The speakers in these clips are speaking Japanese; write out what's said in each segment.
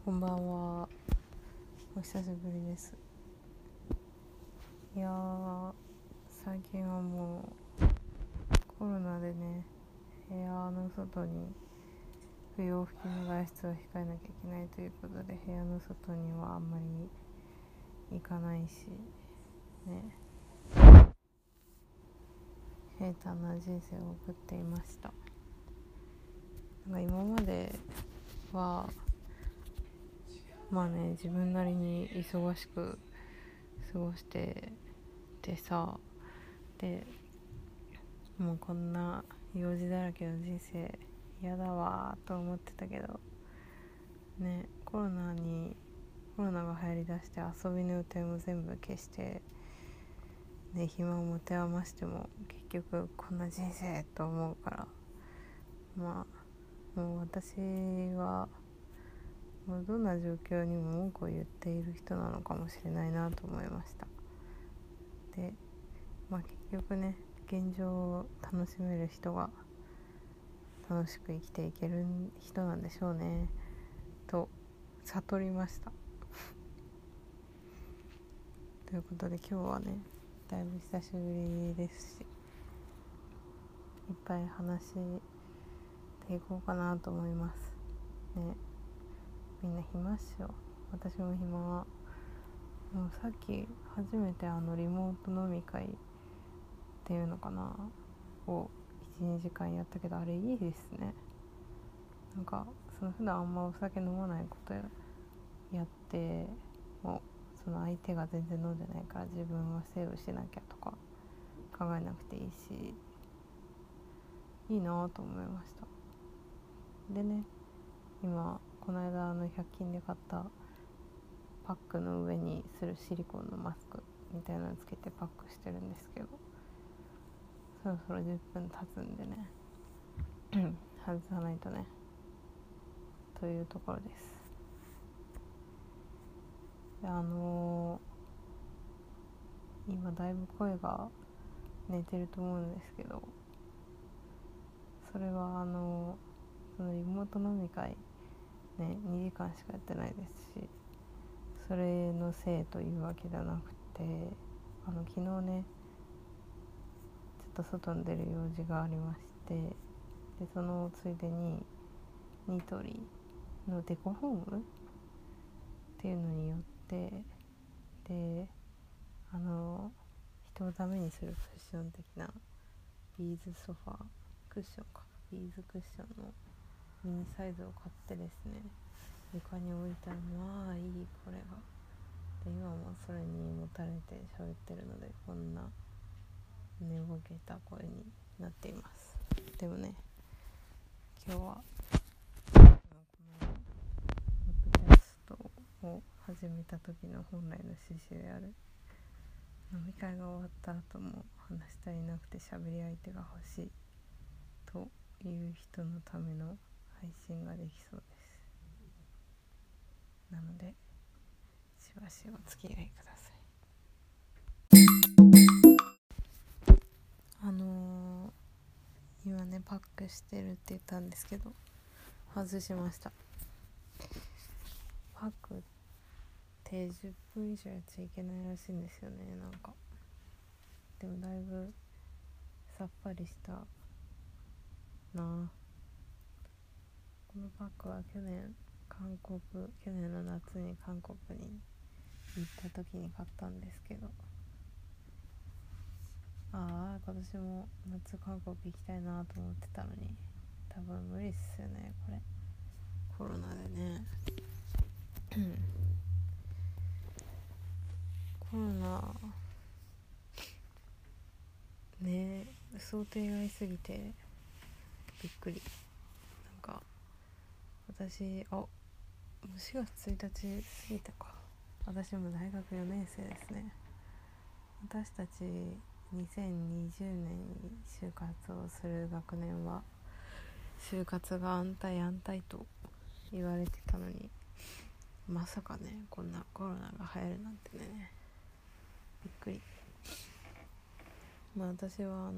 こんばんは。お久しぶりです。いやー、最近はもうコロナでね、部屋の外に不要不急の外出を控えなきゃいけないということで、部屋の外にはあんまり行かないしね、平坦な人生を送っていました。なんか今まではまあね、自分なりに忙しく過ごしててさ、でもうこんな用事だらけの人生嫌だわと思ってたけどね、コロナが流行りだして遊びの予定も全部消してね、暇を持て余しても結局こんな人生と思うから、まあもう私はもうどんな状況にも文句を言っている人なのかもしれないなと思いました。で、まあ結局ね、現状を楽しめる人が楽しく生きていける人なんでしょうねと悟りましたということで、今日はね、だいぶ久しぶりですし、いっぱい話していこうかなと思いますね。みんな暇っしょ。私も暇。もうさっき初めてリモート飲み会っていうのかなを 1,2 時間やったけど、あれいいですね。なんか普段あんまお酒飲まないことやっても、その相手が全然飲んでないから自分はセーブしなきゃとか考えなくていいし、いいなと思いました。でね、今この間100均で買ったパックの上にするシリコンのマスクみたいなのつけてパックしてるんですけど、そろそろ10分経つんでね外さないとねというところです。で今だいぶ声が寝てると思うんですけど、それはそのリモート飲み会ね、2時間しかやってないですし、それのせいというわけではなくて、昨日ね、ちょっと外に出る用事がありまして、でそのついでにニトリのデコホームっていうのによって、で人をダメにするクッション的なビーズソファークッションかビーズクッションのミニサイズを買ってですね、床に置いたらまあいいこれがで、今もそれにもたれて喋ってるので、こんな寝ぼけた声になっています。でもね、今日はこのポッドキャストを始めた時の本来の趣旨である飲み会が終わった後も話し足りなくて喋り相手が欲しいという人のための配信ができそうです。なのでしばしお付き合いください。今ねパックしてるって言ったんですけど、外しました。パックって10分以上やっちゃいけないらしいんですよね。なんかでもだいぶさっぱりしたな。このパックは去年の夏に韓国に行った時に買ったんですけど、今年も夏韓国行きたいなと思ってたのに、多分無理っすよねこれ、コロナでねコロナね、想定外すぎてびっくり。なんか私もう4月1日過ぎたか。私も大学4年生ですね。私たち2020年に就活をする学年は就活が安泰と言われてたのに、まさかねこんなコロナが流行るなんてね、びっくり。私は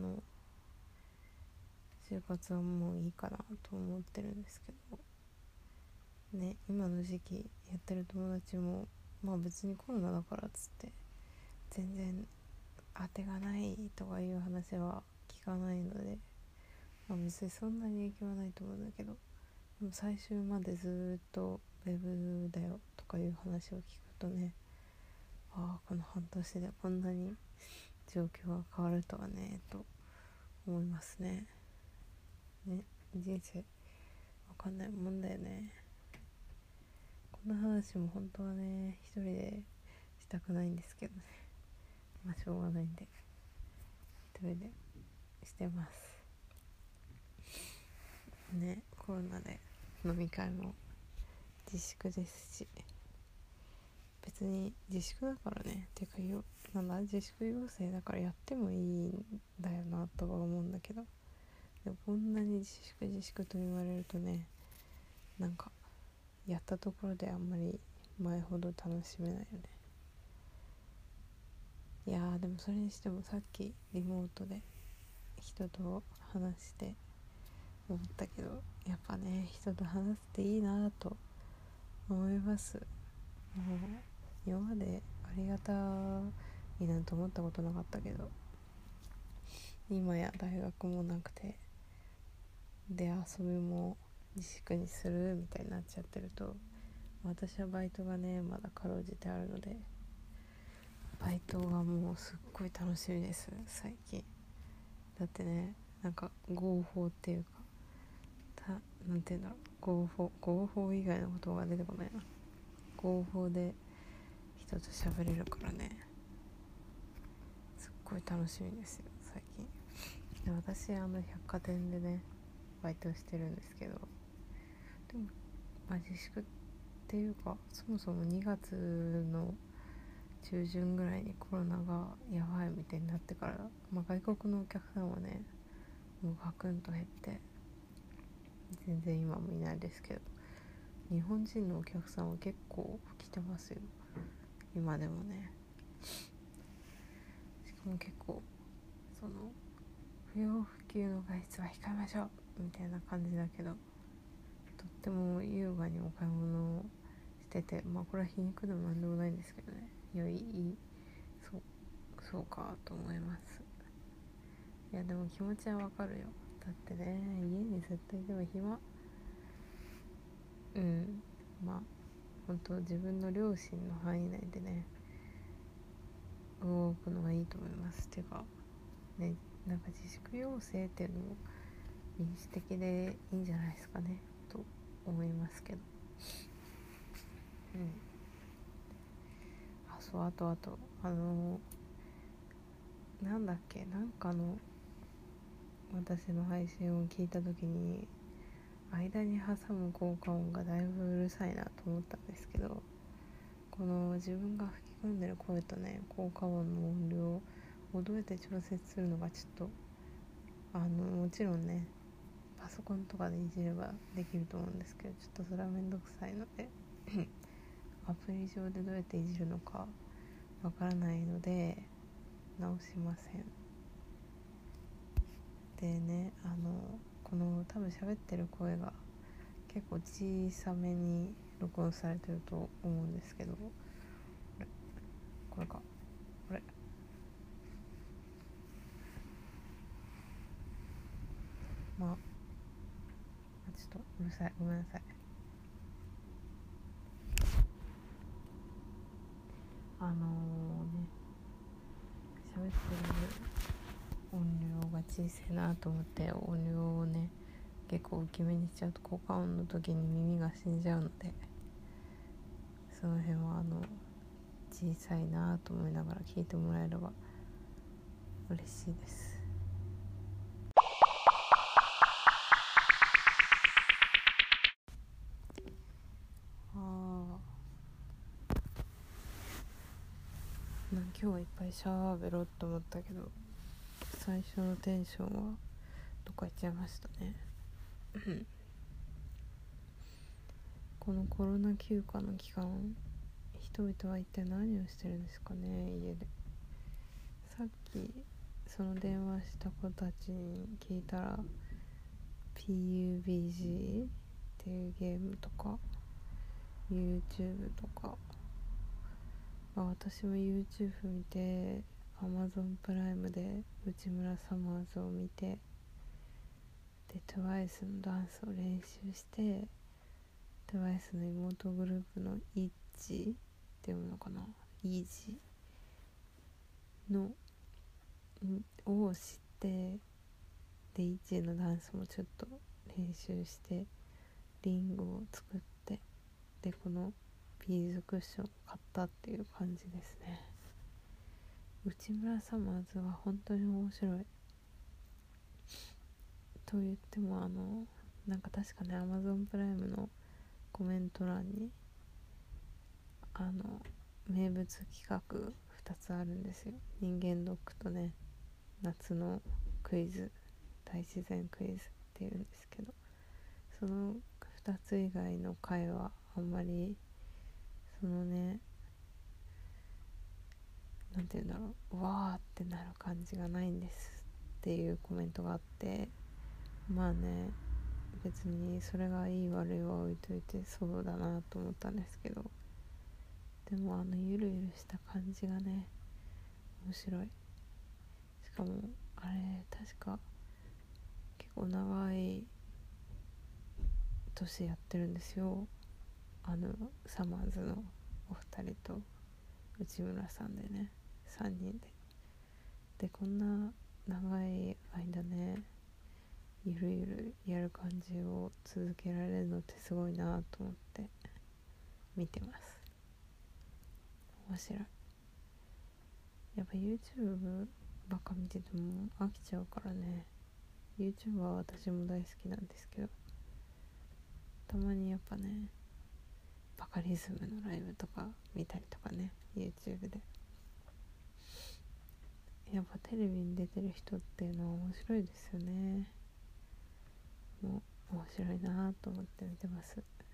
就活はもういいかなと思ってるんですけど、 ね、今の時期やってる友達もまあ別にコロナだからっつって全然当てがないとかいう話は聞かないので、まあ、別にそんなに影響はないと思うんだけど、でも最終までずっとウェブだよとかいう話を聞くとね、ああこの半年でこんなに状況が変わるとはねと思いますね。ね、人生わかんないもんだよね。こんな話も本当はね一人でしたくないんですけどね、まあしょうがないんで一人でしてますね。コロナで飲み会も自粛ですし、別に自粛だからね、てかなんだ自粛要請だからやってもいいんだよなとは思うんだけど、でもこんなに自粛と言われるとね、なんかやったところであんまり前ほど楽しめないよね。いやーでもそれにしてもさっきリモートで人と話して思ったけど、やっぱね人と話すっていいなと思います。もう今までありがたいなんて思ったことなかったけど、今や大学もなくてで遊びも自粛にするみたいになっちゃってると、私はバイトがねまだかろうじてあるので、バイトがもうすっごい楽しみです最近。だってね、なんか合法っていうかなんていうんだろう、合法以外の言葉が出てこないな。合法で人と喋れるからね、すっごい楽しみですよ最近。で私百貨店でねバイトしてるんですけど、でも、まあ、自粛っていうかそもそも2月の中旬ぐらいにコロナがやばいみたいになってから、まあ、外国のお客さんはねもうガクンと減って全然今もいないですけど、日本人のお客さんは結構来てますよ今でもね。しかも結構その不要不急の外出は控えましょうみたいな感じだけど、とっても優雅にお買い物をしてて、まあこれは皮肉でもなんでもないんですけどね、そうかと思います。いやでも気持ちはわかるよ。だってね家にずっといても暇。まあ本当自分の両親の範囲内でね動くのがいいと思います。てかね、なんか自粛要請っていうのも民主的でいいんじゃないですかねと思いますけど。あとなんだっけ、なんかの私の配信を聞いた時に間に挟む効果音がだいぶうるさいなと思ったんですけど、この自分が吹き込んでる声とね効果音の音量をどうやって調節するのかちょっともちろんねパソコンとかでいじればできると思うんですけど、ちょっとそれはめんどくさいのでアプリ上でどうやっていじるのかわからないので直しません。でね、この多分喋ってる声が結構小さめに録音されてると思うんですけど、これかこれまあちょっとうるさい、ごめんなさい。喋ってる音量が小さいなと思って音量をね結構大きめにしちゃうと効果音の時に耳が死んじゃうので、その辺は小さいなと思いながら聞いてもらえれば嬉しいです。今日はいっぱい喋ろうと思ったけど最初のテンションはどっか行っちゃいましたねこのコロナ休暇の期間、人々は一体何をしてるんですかね家で。さっきその電話した子たちに聞いたら PUBG っていうゲームとか YouTube とか、私も YouTube 見て Amazon プライムで内村サマーズを見て、で TWICE のダンスを練習して、 TWICE の妹グループのイッチっていうのかな、イージのを知って、でイッチのダンスもちょっと練習してリングを作って、でこのビーズクッションを買ったっていう感じですね。内村サマーズは本当に面白い。と言ってもなんか確かね Amazon プライムのコメント欄に名物企画2つあるんですよ。人間ドックとね、夏のクイズ、大自然クイズっていうんですけど、その2つ以外の回はあんまりそのね、なんていうんだろう、わーってなる感じがないんですっていうコメントがあって、まあね、別にそれがいい悪いは置いといてそうだなと思ったんですけど、でもゆるゆるした感じがね面白い。しかもあれ確か結構長い年やってるんですよ、サマーズのお二人と内村さんでね、3人でこんな長い間ねゆるゆるやる感じを続けられるのってすごいなと思って見てます。面白い。やっぱ YouTube ばっか見てても飽きちゃうからね。 YouTube は私も大好きなんですけど、たまにやっぱねバカリズムのライブとか見たりとかね、 YouTube でやっぱテレビに出てる人っていうのは面白いですよね。もう面白いなと思って見てます。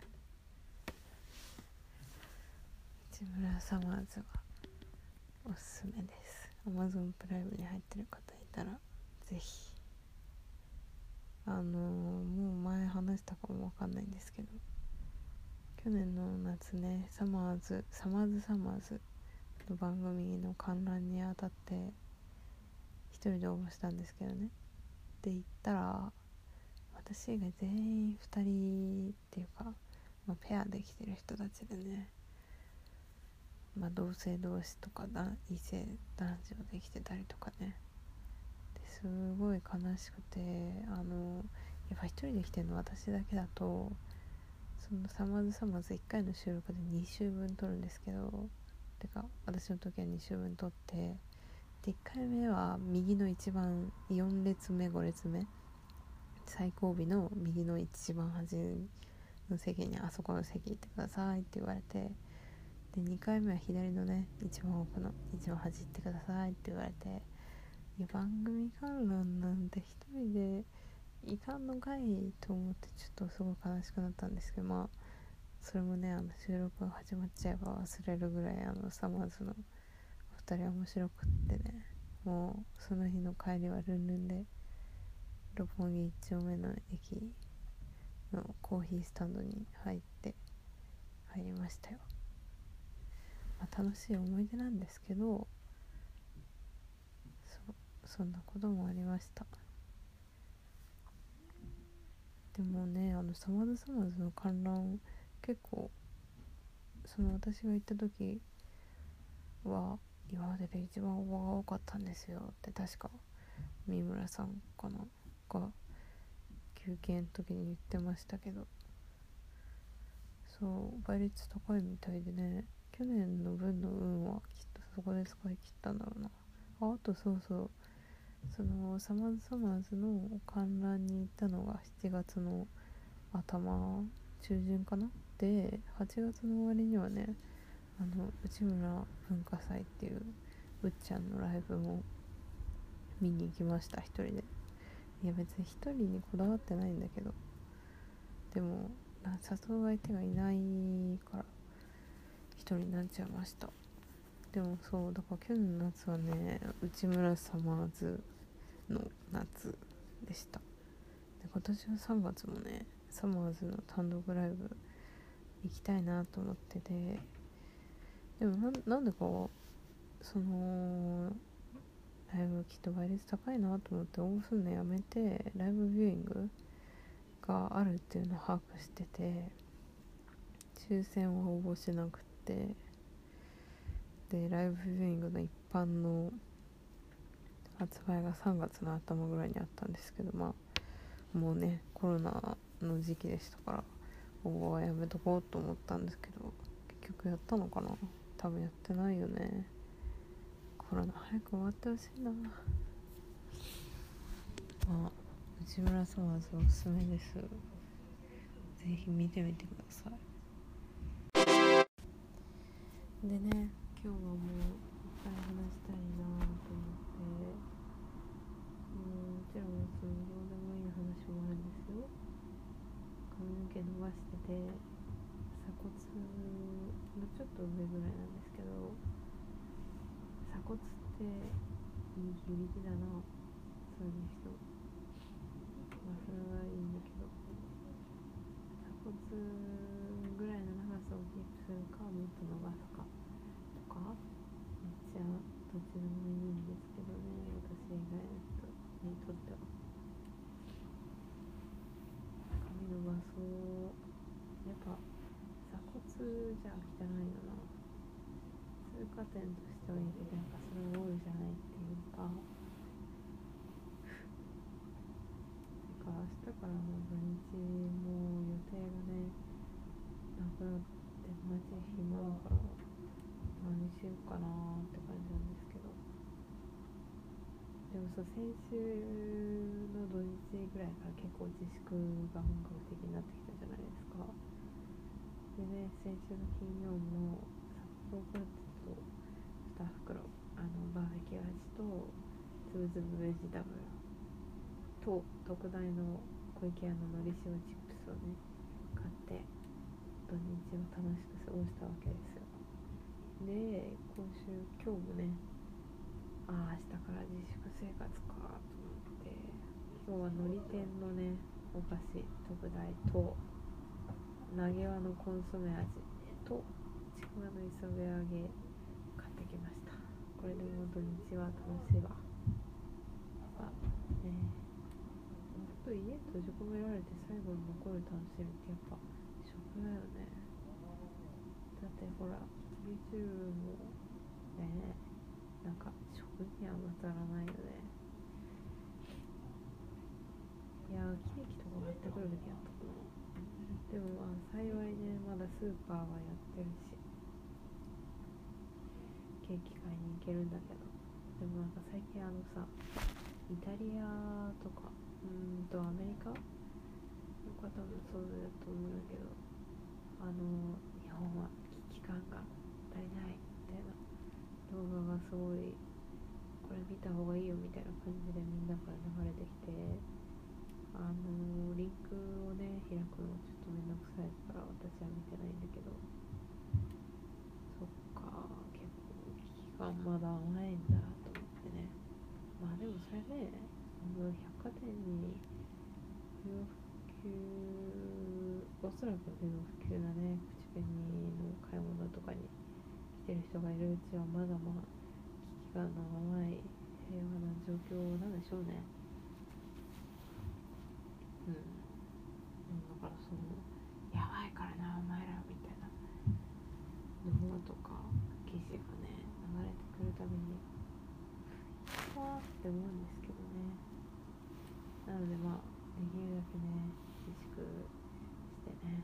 内村サマーズはおすすめです。 Amazon プライムに入ってる方いたらぜひ。もう前話したかもわかんないんですけど、去年の夏ね、サマーズの番組の観覧にあたって一人で応募したんですけどね、で行ったら私以外全員2人っていうか、ペアできてる人たちでね、同性同士とか異性男女できてたりとかね、ですごい悲しくて、やっぱ一人で来てるの私だけだと、そのサマーズ1回の収録で2週分撮るんですけど、てか私の時は2週分撮って、で1回目は右の一番4列目5列目最後尾の右の一番端の席に、あそこの席行ってくださいって言われて、で2回目は左のね一番奥の一番端行ってくださいって言われて、いや番組観覧なんて一人でいかんのかいと思って、ちょっとすごい悲しくなったんですけど、それもね収録が始まっちゃえば忘れるぐらいサマーズのお二人は面白くってね、もうその日の帰りはルンルンで六本木一丁目の駅のコーヒースタンドに入りましたよ。楽しい思い出なんですけど、そんなこともありました。でもねサマーズの観覧結構その私が行った時は今までで一番応募が多かったんですよって確か三村さんかなが休憩の時に言ってましたけど、そう倍率高いみたいでね、去年の分の運はきっとそこで使い切ったんだろうな。あとそのサマーズの観覧に行ったのが7月の頭中旬かな。で8月の終わりにはね内村文化祭っていううっちゃんのライブも見に行きました、一人で。いや別に一人にこだわってないんだけど、でも誘う相手がいないから一人になっちゃいました。でもそうだから去年の夏はね内村サマーズの夏でした。で今年は3月もねサマーズの単独ライブ行きたいなと思ってて、でもなんでかそのライブきっと倍率高いなと思って応募するのやめて、ライブビューイングがあるっていうのを把握してて、抽選は応募しなくて、でライブビューイングの一般の発売が3月の頭ぐらいにあったんですけど、もうねコロナの時期でしたから応募はやめとこうと思ったんですけど、結局やったのかな。多分やってないよね。コロナ早く終わってほしいな。内村サワーズおすすめです。ぜひ見てみてください。でね、今日はもういっぱい話したいなと思って、もちろんそのどうでもいい話もあるんですよ。髪の毛伸ばしてて鎖骨のちょっと上ぐらいなんですけど、鎖骨っていい響きだな、そういう人。それはいいんだけど、鎖骨ぐらいの長さをキープするかもっと伸ばすかとか、めっちゃどっちでもいいんですけどね、私以外の人にとっては。髪伸ばそう。やっぱ鎖骨じゃ汚いよな。通過点としてはいいけど、なんかそれが多いじゃないっていうか。明日からの土日も予定がねなくなってマジ暇だから、何しようかなって感じなんですけど、でも先週の土日ぐらいから結構自粛が本格的になってきたじゃないですか。でね、先週の金曜も札幌プラッツと2袋バーベキュー味とつぶつぶベジタブルと特大の小池屋ののり塩チップスをね買って土日を楽しく過ごしたわけですよ。で今日もね、明日から自粛生活かと思って、今日はのり天のねお菓子特大と投げ輪のコンソメ味とちくわの磯辺揚げ買ってきました。これでもう土日は楽しいわ。家閉じ込められて最後に残る楽しみってやっぱ食だよね。だってほら YouTube もね、なんか食には勝らないよね。いやケーキとか買ってくるべきやったかな。でも幸いねまだスーパーはやってるしケーキ買いに行けるんだけど、でもなんか最近イタリアとかアメリカの方もそうだと思うんだけど、日本は危機感が足りないみたいな動画がすごい、これ見た方がいいよみたいな感じでみんなから流れてきて、リンクをね開くのちょっとめんどくさいから私は見てないんだけど、そっか結構危機感まだ甘いんだと思ってね。でもそれね、百貨店に不要不急、おそらく不要不急なね口紅の買い物とかに来てる人がいるうちはまだ危機感の甘い平和な状況なんでしょうね。だからやばいからなお前らみたいな動画とか記事がね流れてくるたびにわーって思うんですけどね。なのでできるだけね自粛してね、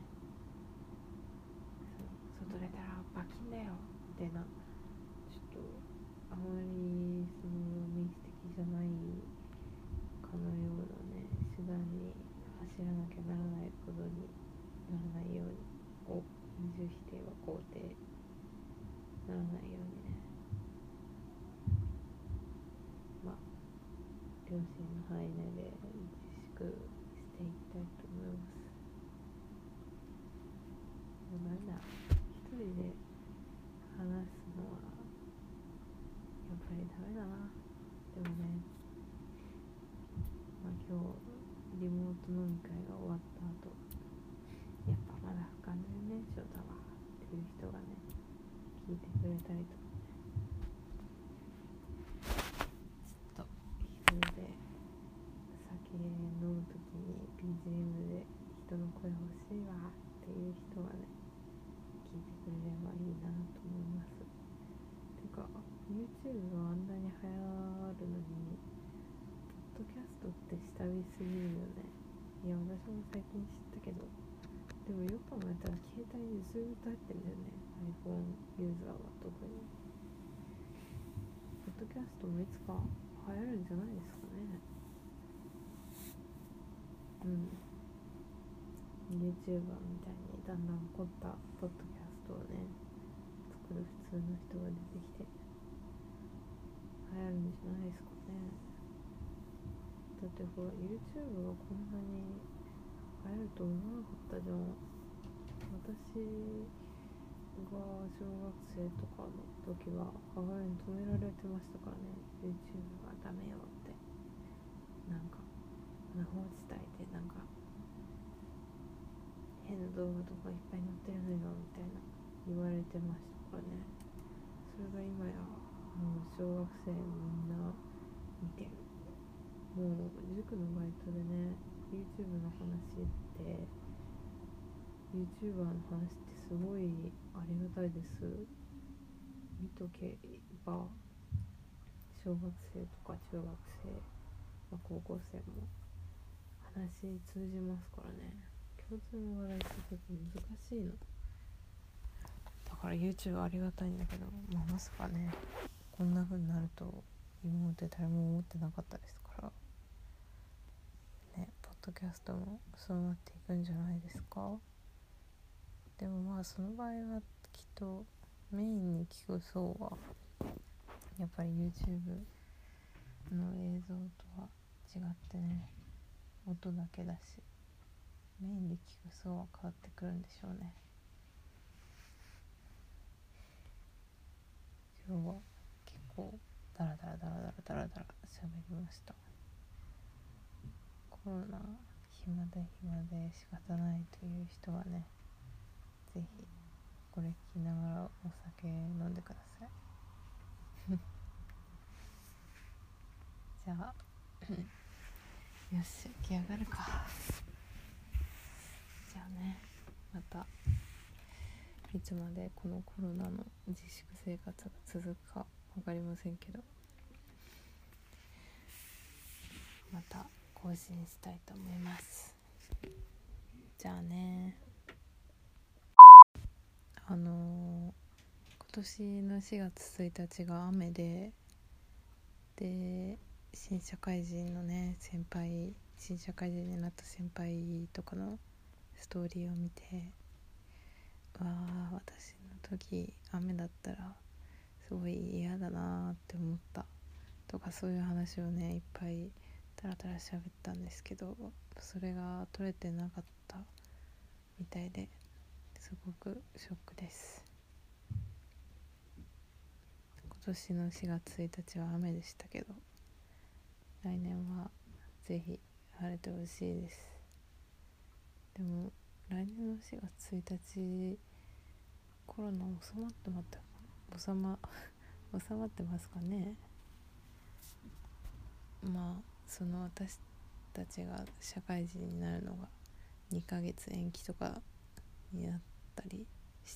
外出たら罰金だよみたいな、ちょっとあまり民主的じゃないかのようなね手段に走らなきゃならないことにならないように、二重否定は肯定ならないようにね、両親の範囲内で自粛していきたいと思います。もうなんだ、一人で話すのはやっぱりダメだな。でもね、今日リモート飲み会が終わった後、やっぱマだ不完全燃焼だわっていう人がね聞いてくれたりとかね、ちょっと一人で酒飲むときに BGM で人の声欲しいわっていう人はね聞いてくれればいいなと思います。てか YouTube はあんなに流行るのにポッドキャストって下火すぎるよね。いや私も最近知ったけど、でもよく考えたら携帯にずっと入ってんだよね、 iPhone ユーザーは特に。ポッドキャストもいつか流行るんじゃないですかね。YouTuber みたいにだんだん凝ったポッドキャストをね作る普通の人が出てきて流行るんじゃないですかね。だってほら YouTube がこんなに流行ると思わなかったじゃん。私が小学生とかの時は母親に止められてましたからね、 YouTube はダメよって。なんか無法地帯でなんか変な動画とかいっぱい載ってるのよみたいな言われてましたからね。それが今やもう小学生みんな見てる。もう塾のバイトでね YouTube の話って YouTuber の話ってすごいありがたいです。見とけば小学生とか中学生、高校生も話通じますからね。共通の話題って結構難しいのだから YouTube ありがたいんだけど、まさかねこんな風になると今まで誰も思ってなかったですからね。ポッドキャストもそうなっていくんじゃないですか。でもその場合はきっとメインに聞く層はやっぱり YouTube の映像とは違ってね、音だけだしメインで聞く層は変わってくるんでしょうね。今日は結構ダラダラ喋りました。コロナ暇で仕方ないという人はね、ぜひこれ聞きながらお酒飲んでくださいじゃあよし起き上がるか。じゃあね、またいつまでこのコロナの自粛生活が続くか分かりませんけど、また更新したいと思います。じゃあね。今年の4月1日が雨で新社会人のね新社会人になった先輩とかのストーリーを見て、私の時雨だったらすごい嫌だなって思ったとか、そういう話をねいっぱいタラタラ喋ったんですけど、それが取れてなかったみたいですごくショックです。今年の4月1日は雨でしたけど、来年はぜひ晴れてほしいです。でも来年の4月1日コロナ収まってますかね。その私たちが社会人になるのが2ヶ月延期とかになったりして、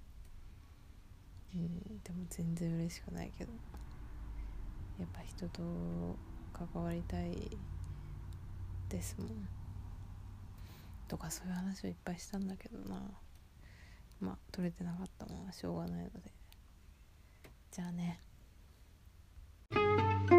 でも全然嬉しくないけど、やっぱ人と関わりたいですもんとか、そういう話をいっぱいしたんだけどな。取れてなかったもんはしょうがないので。じゃあね。